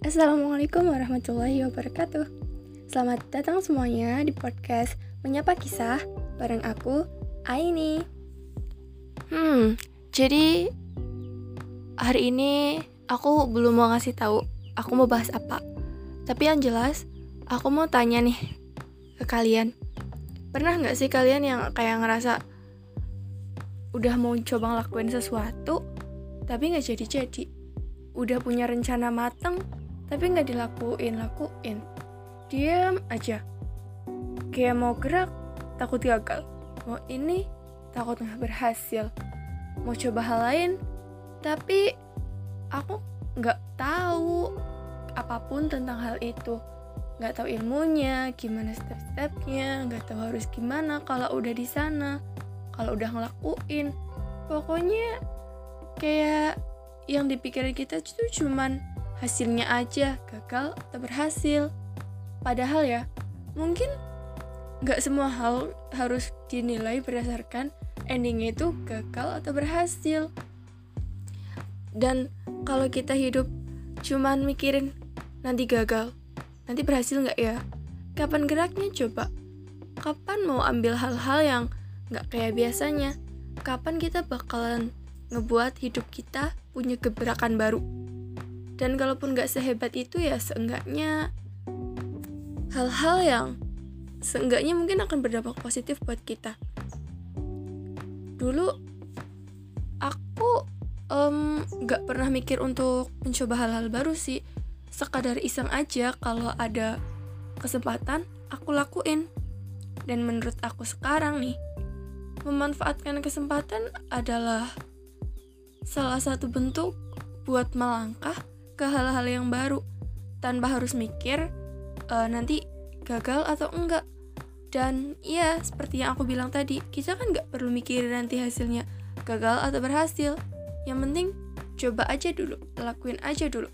Assalamualaikum warahmatullahi wabarakatuh. Selamat datang semuanya di podcast Menyapa Kisah bareng aku, Aini. Jadi hari ini aku belum mau ngasih tahu aku mau bahas apa. Tapi yang jelas, aku mau tanya nih ke kalian. Pernah nggak sih kalian yang kayak ngerasa udah mau coba ngelakuin sesuatu, tapi nggak jadi-jadi? Udah punya rencana mateng, tapi nggak dilakuin. Diam aja. Kayak mau gerak, takut gagal. Mau ini, takut nggak berhasil. Mau coba hal lain, tapi aku nggak tahu apapun tentang hal itu. Nggak tahu ilmunya, gimana step-stepnya, nggak tahu harus gimana kalau udah di sana, kalau udah ngelakuin. Pokoknya kayak yang dipikirin kita itu cuman hasilnya aja, gagal atau berhasil. Padahal ya, mungkin gak semua hal harus dinilai berdasarkan endingnya itu gagal atau berhasil. Dan kalau kita hidup cuman mikirin nanti gagal, nanti berhasil gak ya? Kapan geraknya coba? Kapan mau ambil hal-hal yang gak kayak biasanya? Kapan kita bakalan ngebuat hidup kita punya gebrakan baru? Dan kalaupun gak sehebat itu ya seenggaknya hal-hal yang seenggaknya mungkin akan berdampak positif buat kita. Dulu aku gak pernah mikir untuk mencoba hal-hal baru sih. Sekadar iseng aja, kalau ada kesempatan aku lakuin. Dan menurut aku sekarang nih, memanfaatkan kesempatan adalah salah satu bentuk buat melangkah ke hal-hal yang baru tanpa harus mikir nanti gagal atau enggak. Dan iya, seperti yang aku bilang tadi, kita kan gak perlu mikirin nanti hasilnya gagal atau berhasil. Yang penting coba aja dulu, lakuin aja dulu.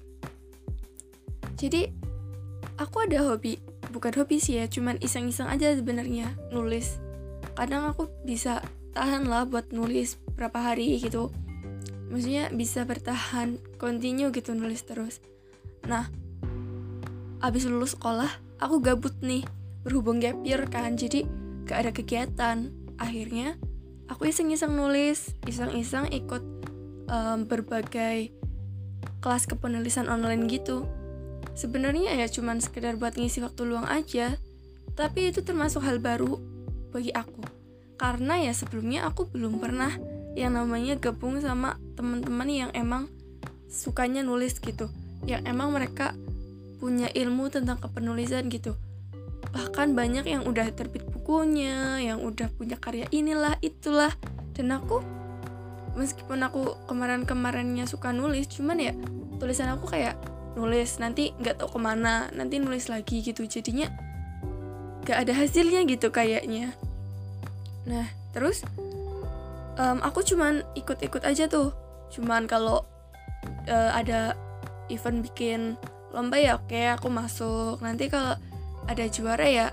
Jadi aku ada hobi, bukan hobi sih ya, cuman iseng-iseng aja sebenarnya, nulis. Kadang aku bisa tahan lah buat nulis berapa hari gitu. Maksudnya bisa bertahan, continue gitu nulis terus. Nah, abis lulus sekolah, aku gabut nih, berhubung gap year kan, jadi gak ada kegiatan. Akhirnya, aku iseng-iseng nulis, iseng-iseng ikut berbagai kelas kepenulisan online gitu. Sebenarnya ya cuman sekedar buat ngisi waktu luang aja, tapi itu termasuk hal baru bagi aku. Karena ya sebelumnya aku belum pernah yang namanya gabung sama teman-teman yang emang sukanya nulis gitu, yang emang mereka punya ilmu tentang kepenulisan gitu. Bahkan banyak yang udah terbit bukunya, yang udah punya karya inilah itulah. Dan aku, meskipun aku kemarin-kemarinnya suka nulis, cuman ya tulisan aku kayak nulis nanti nggak tahu kemana, nanti nulis lagi gitu, jadinya nggak ada hasilnya gitu kayaknya. Nah terus aku cuman ikut-ikut aja tuh. Cuman kalau ada event bikin lomba ya oke, aku masuk. Nanti kalau ada juara ya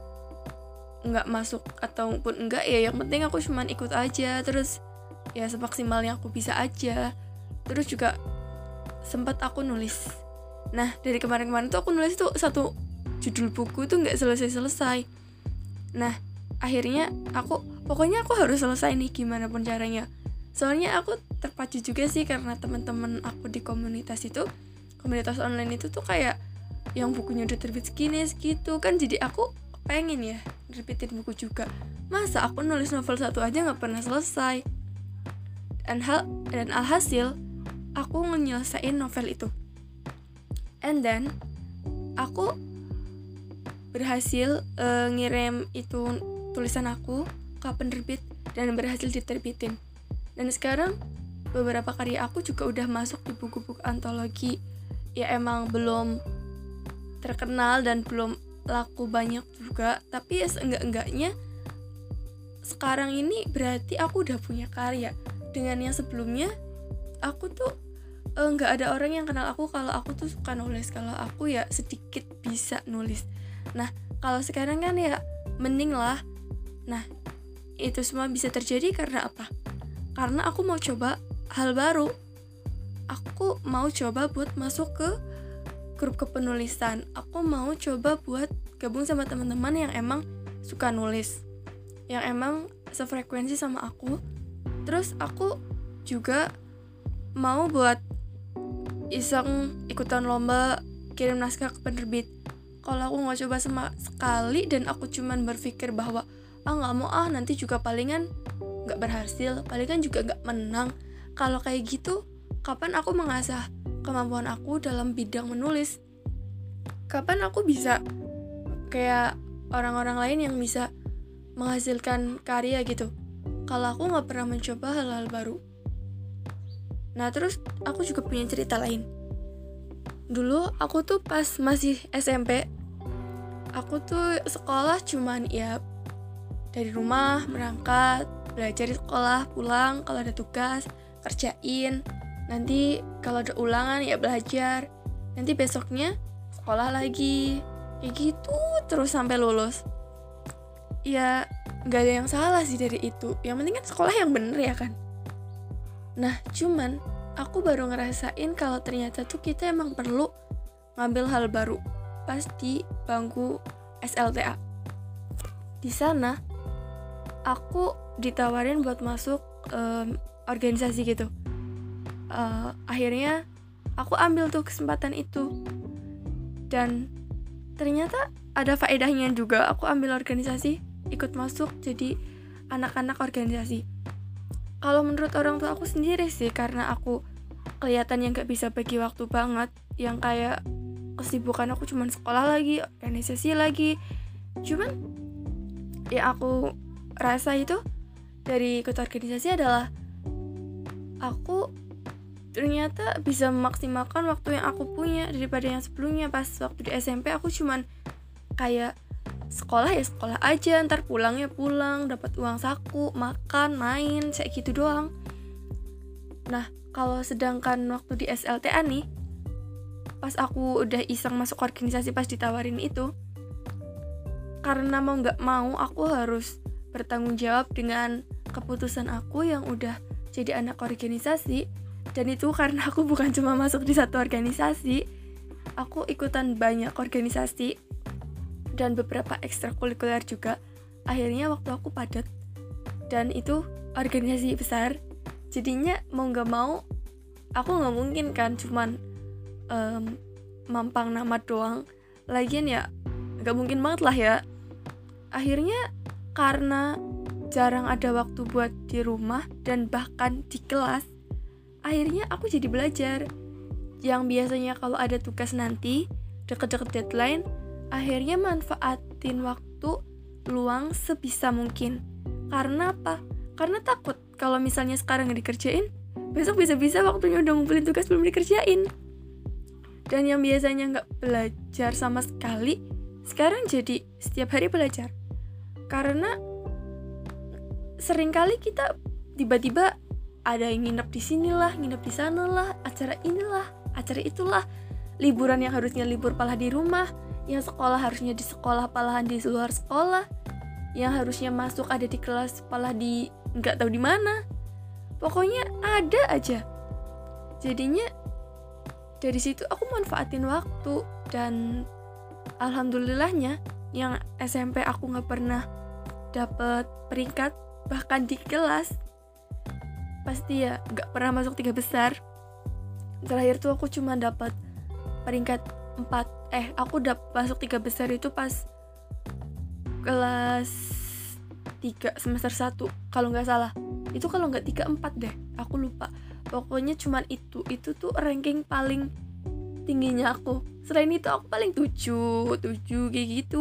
nggak masuk ataupun enggak ya, yang penting aku cuman ikut aja. Terus ya semaksimalnya aku bisa aja. Terus juga sempat aku nulis. Nah dari kemarin-kemarin tuh aku nulis tuh satu judul buku tuh nggak selesai-selesai. Nah akhirnya pokoknya aku harus selesai nih gimana pun caranya. Soalnya aku terpacu juga sih karena teman-teman aku di komunitas online itu tuh kayak yang bukunya udah terbit segini segitu kan, jadi aku pengen ya nerbitin buku juga. Masa aku nulis novel satu aja nggak pernah selesai. Dan alhasil aku nyelesain novel itu. And then aku berhasil ngirim itu tulisan aku ke penerbit dan berhasil diterbitin. Dan sekarang beberapa karya aku juga udah masuk di buku-buku antologi. Ya emang belum terkenal dan belum laku banyak juga, tapi ya seenggak-enggaknya sekarang ini berarti aku udah punya karya. Dengan yang sebelumnya aku tuh nggak ada orang yang kenal aku kalau aku tuh suka nulis, kalau aku ya sedikit bisa nulis. Nah kalau sekarang kan ya mending lah. Nah itu semua bisa terjadi karena apa? Karena aku mau coba hal baru. Aku mau coba buat masuk ke grup kepenulisan. Aku mau coba buat gabung sama teman-teman yang emang suka nulis, yang emang sefrekuensi sama aku. Terus aku juga mau buat iseng ikutan lomba kirim naskah ke penerbit. Kalau aku nggak coba sama sekali dan aku cuman berpikir bahwa nggak mau nanti juga palingan nggak berhasil, palingan juga nggak menang. Kalau kayak gitu, kapan aku mengasah kemampuan aku dalam bidang menulis? Kapan aku bisa kayak orang-orang lain yang bisa menghasilkan karya gitu, kalau aku nggak pernah mencoba hal-hal baru? Nah terus aku juga punya cerita lain. Dulu aku tuh pas masih SMP, aku tuh sekolah cuman ya dari rumah berangkat, belajar di sekolah, pulang kalau ada tugas kerjain, nanti kalau ada ulangan ya belajar, nanti besoknya sekolah lagi, kayak gitu terus sampai lulus. Ya nggak ada yang salah sih dari itu, yang penting kan sekolah yang bener ya kan. Nah cuman aku baru ngerasain kalau ternyata tuh kita emang perlu ngambil hal baru pas di bangku SLTA. Di sana aku ditawarin buat masuk organisasi gitu. Akhirnya aku ambil tuh kesempatan itu, dan ternyata ada faedahnya juga. Aku ambil organisasi, ikut masuk jadi anak-anak organisasi. Kalau menurut orang tua aku sendiri sih, karena aku kelihatan yang gak bisa bagi waktu banget, yang kayak kesibukan aku cuman sekolah lagi, organisasi lagi. Cuman ya aku rasa itu dari ikut organisasi adalah aku ternyata bisa memaksimalkan waktu yang aku punya daripada yang sebelumnya. Pas waktu di SMP aku cuman kayak sekolah ya sekolah aja, ntar pulangnya pulang, dapat uang saku, makan, main, kayak gitu doang. Nah kalau sedangkan waktu di SLTA nih, pas aku udah iseng masuk organisasi pas ditawarin itu, karena mau gak mau aku harus bertanggung jawab dengan keputusan aku yang udah jadi anak organisasi. Dan itu karena aku bukan cuma masuk di satu organisasi, aku ikutan banyak organisasi dan beberapa ekstrakurikuler juga. Akhirnya waktu aku padat, dan itu organisasi besar, jadinya mau gak mau aku gak mungkin kan cuman mampang nama doang. Lagian ya gak mungkin banget lah ya. Akhirnya karena jarang ada waktu buat di rumah dan bahkan di kelas, akhirnya aku jadi belajar. Yang biasanya kalau ada tugas nanti deket-deket deadline, akhirnya manfaatin waktu luang sebisa mungkin. Karena apa? Karena takut kalau misalnya sekarang gak dikerjain, besok bisa-bisa waktunya udah ngumpulin tugas belum dikerjain. Dan yang biasanya gak belajar sama sekali, sekarang jadi setiap hari belajar. Karena seringkali kita tiba-tiba ada yang nginep di sinilah, nginep di sanalah, acara inilah, acara itulah. Liburan yang harusnya libur malah di rumah, yang sekolah harusnya di sekolah malahan di luar sekolah, yang harusnya masuk ada di kelas malah di nggak tahu di mana. Pokoknya ada aja. Jadinya dari situ aku manfaatin waktu, dan alhamdulillahnya yang SMP aku nggak pernah dapet peringkat bahkan di kelas, pasti ya nggak pernah masuk 3 besar. Terakhir tuh aku cuma dapat peringkat 4. Aku masuk 3 besar itu pas kelas 3 semester 1 kalau nggak salah. Itu kalau nggak 3, 4 deh, aku lupa. Pokoknya cuman itu tuh ranking paling tingginya aku. Selain itu aku paling 7 kayak gitu.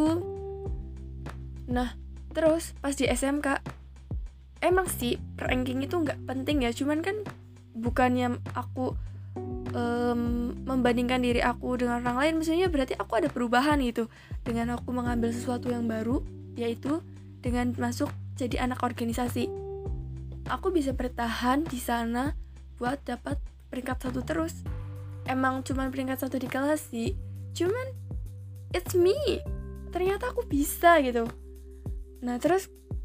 Nah terus pas di SMK, emang sih ranking itu nggak penting ya, cuman kan bukannya aku membandingkan diri aku dengan orang lain. Maksudnya berarti aku ada perubahan gitu dengan aku mengambil sesuatu yang baru, yaitu dengan masuk jadi anak organisasi. Aku bisa bertahan di sana buat dapat peringkat 1 terus. Emang cuman peringkat 1 di kelas sih, cuman it's me, ternyata aku bisa gitu. Nah terus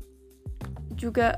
juga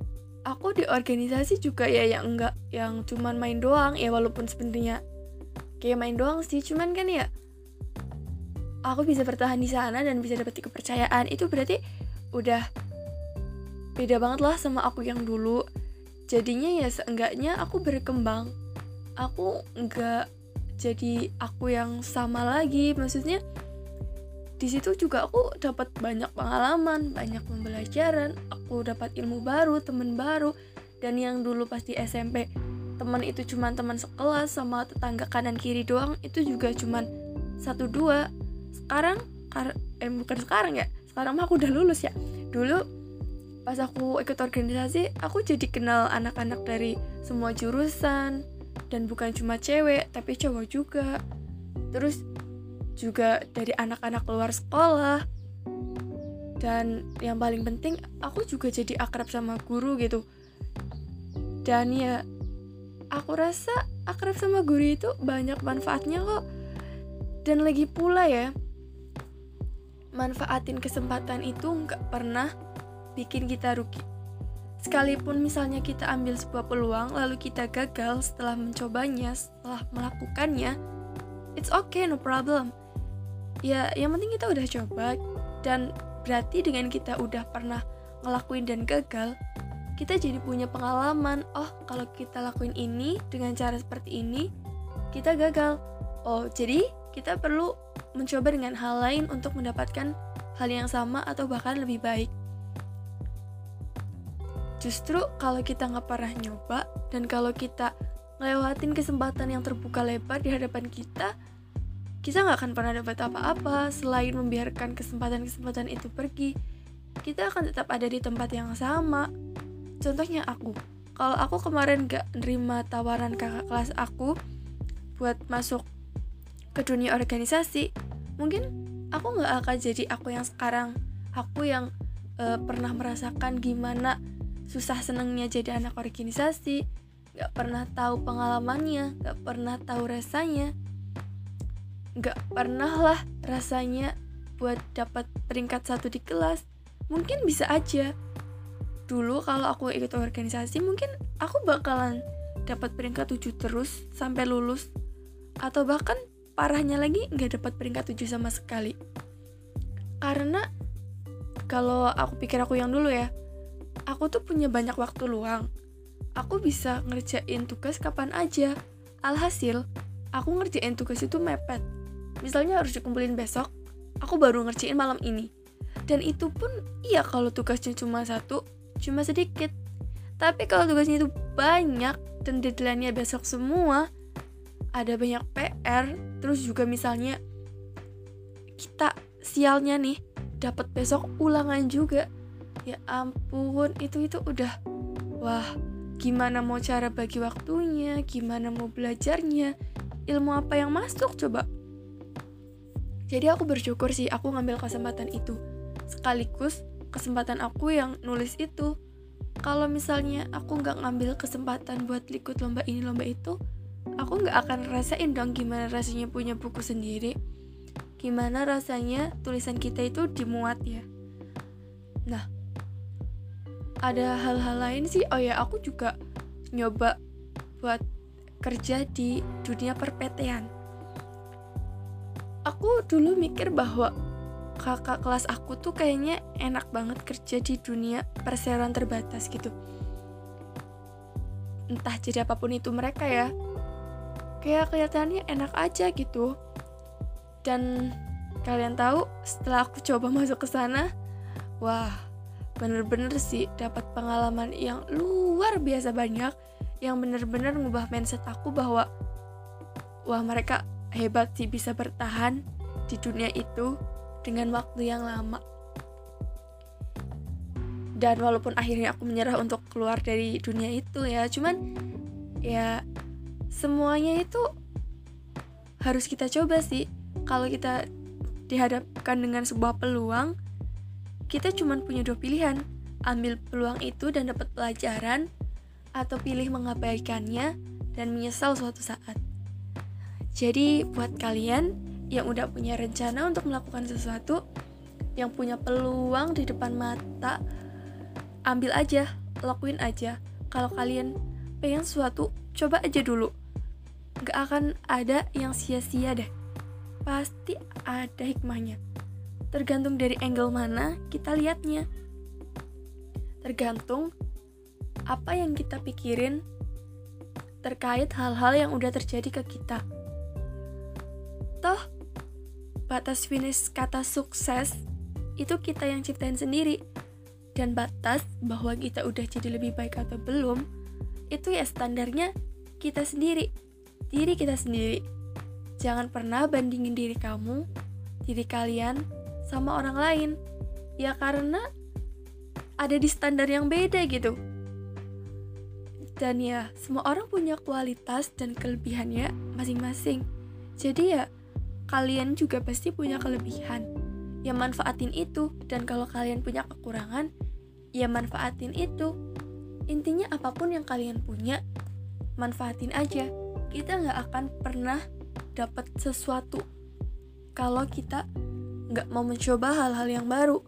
aku di organisasi juga ya yang enggak yang cuman main doang ya, walaupun sebenarnya kayak main doang sih. Cuman kan ya aku bisa bertahan di sana dan bisa dapat kepercayaan, itu berarti udah beda banget lah sama aku yang dulu. Jadinya ya seenggaknya aku berkembang, aku nggak jadi aku yang sama lagi. Maksudnya di situ juga aku dapat banyak pengalaman, banyak pembelajaran, aku dapat ilmu baru, teman baru. Dan yang dulu pas di SMP teman itu cuma teman sekelas sama tetangga kanan kiri doang, itu juga cuma 1-2. Sekarang bukan sekarang ya, sekarang mah aku udah lulus ya. Dulu pas aku ikut organisasi, aku jadi kenal anak-anak dari semua jurusan, dan bukan cuma cewek tapi cowok juga. Terus juga dari anak-anak luar sekolah. Dan yang paling penting, aku juga jadi akrab sama guru gitu. Dan ya aku rasa akrab sama guru itu banyak manfaatnya kok. Dan lagi pula ya, manfaatin kesempatan itu gak pernah bikin kita rugi. Sekalipun misalnya kita ambil sebuah peluang lalu kita gagal setelah mencobanya, setelah melakukannya, it's okay, no problem. Ya yang penting kita udah coba, dan berarti dengan kita udah pernah ngelakuin dan gagal, kita jadi punya pengalaman. Oh, kalau kita lakuin ini dengan cara seperti ini, kita gagal. Oh, jadi kita perlu mencoba dengan hal lain untuk mendapatkan hal yang sama atau bahkan lebih baik. Justru kalau kita nggak pernah nyoba, dan kalau kita ngelewatin kesempatan yang terbuka lebar di hadapan kita nggak akan pernah dapat apa-apa selain membiarkan kesempatan-kesempatan itu pergi. Kita akan tetap ada di tempat yang sama. Contohnya kalau aku kemarin gak nerima tawaran kakak kelas aku buat masuk ke dunia organisasi, mungkin aku gak akan jadi aku yang sekarang. Aku yang pernah merasakan gimana susah senengnya jadi anak organisasi, gak pernah tahu pengalamannya, gak pernah tahu rasanya, gak pernah lah rasanya buat dapat peringkat 1 di kelas. Mungkin bisa aja dulu kalau aku ikut organisasi, mungkin aku bakalan dapat peringkat 7 terus sampai lulus, atau bahkan parahnya lagi gak dapat peringkat 7 sama sekali. Karena kalau aku pikir aku yang dulu ya, aku tuh punya banyak waktu luang, aku bisa ngerjain tugas kapan aja. Alhasil aku ngerjain tugas itu mepet. Misalnya harus dikumpulin besok, aku baru ngerjain malam ini. Dan itu pun iya kalau tugasnya cuma 1, cuma sedikit. Tapi kalau tugasnya itu banyak dan deadline-nya besok semua, ada banyak PR, terus juga misalnya kita sialnya nih dapat besok ulangan juga. Ya ampun, itu udah wah, gimana mau cara bagi waktunya, gimana mau belajarnya, ilmu apa yang masuk coba. Jadi aku bersyukur sih aku ngambil kesempatan itu, sekaligus kesempatan aku yang nulis itu. Kalau misalnya aku gak ngambil kesempatan buat ikut lomba ini lomba itu, aku gak akan rasain dong gimana rasanya punya buku sendiri, gimana rasanya tulisan kita itu dimuat ya. Nah, ada hal-hal lain sih. Oh ya, aku juga nyoba buat kerja di dunia perpetean. Aku dulu mikir bahwa kakak kelas aku tuh kayaknya enak banget kerja di dunia perseroan terbatas gitu. Entah jadi apapun itu mereka ya, kayak kelihatannya enak aja gitu. Dan kalian tahu, setelah aku coba masuk ke sana, wah, bener-bener sih dapat pengalaman yang luar biasa banyak, yang bener-bener ngubah mindset aku bahwa wah, mereka hebat sih bisa bertahan di dunia itu dengan waktu yang lama. Dan walaupun akhirnya aku menyerah untuk keluar dari dunia itu ya, cuman ya semuanya itu harus kita coba sih. Kalau kita dihadapkan dengan sebuah peluang, kita cuma punya 2 pilihan, ambil peluang itu dan dapat pelajaran, atau pilih mengabaikannya dan menyesal suatu saat. Jadi buat kalian yang udah punya rencana untuk melakukan sesuatu, yang punya peluang di depan mata, ambil aja, lakuin aja. Kalau kalian pengen sesuatu, coba aja dulu. gak akan ada yang sia-sia deh. Pasti ada hikmahnya. Tergantung dari angle mana kita lihatnya. Tergantung apa yang kita pikirin terkait hal-hal yang udah terjadi ke kita. Toh, batas finish kata sukses itu kita yang ciptain sendiri. Dan batas bahwa kita udah jadi lebih baik atau belum, itu ya standarnya kita sendiri, diri kita sendiri. Jangan pernah bandingin diri kamu, diri kalian, sama orang lain. Ya karena ada di standar yang beda gitu. Dan ya, semua orang punya kualitas dan kelebihannya masing-masing. Jadi ya, kalian juga pasti punya kelebihan. Ya manfaatin itu. Dan kalau kalian punya kekurangan, ya manfaatin itu. Intinya apapun yang kalian punya, manfaatin aja. Kita gak akan pernah dapat sesuatu kalau kita gak mau mencoba hal-hal yang baru.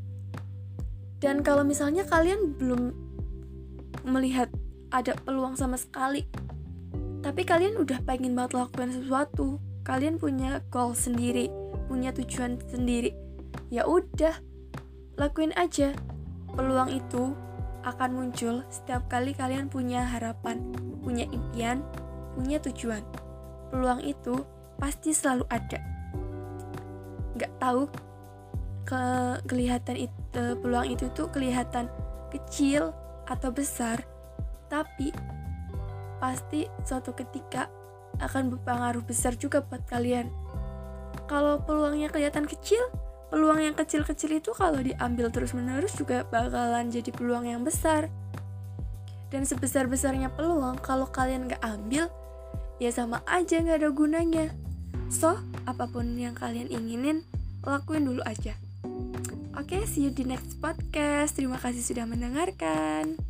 Dan kalau misalnya kalian belum melihat ada peluang sama sekali, tapi kalian udah pengen banget lakukan sesuatu, kalian punya goal sendiri, punya tujuan sendiri, ya udah, lakuin aja. Peluang itu akan muncul setiap kali kalian punya harapan, punya impian, punya tujuan. Peluang itu pasti selalu ada. Gak tahu kelihatan itu, peluang itu tuh kelihatan kecil atau besar, tapi pasti suatu ketika akan berpengaruh besar juga buat kalian. Kalau peluangnya kelihatan kecil, peluang yang kecil-kecil itu kalau diambil terus-menerus juga bakalan jadi peluang yang besar. Dan sebesar-besarnya peluang, kalau kalian gak ambil, ya sama aja gak ada gunanya. So, apapun yang kalian inginin, lakuin dulu aja. Oke, see you di next podcast. Terima kasih sudah mendengarkan.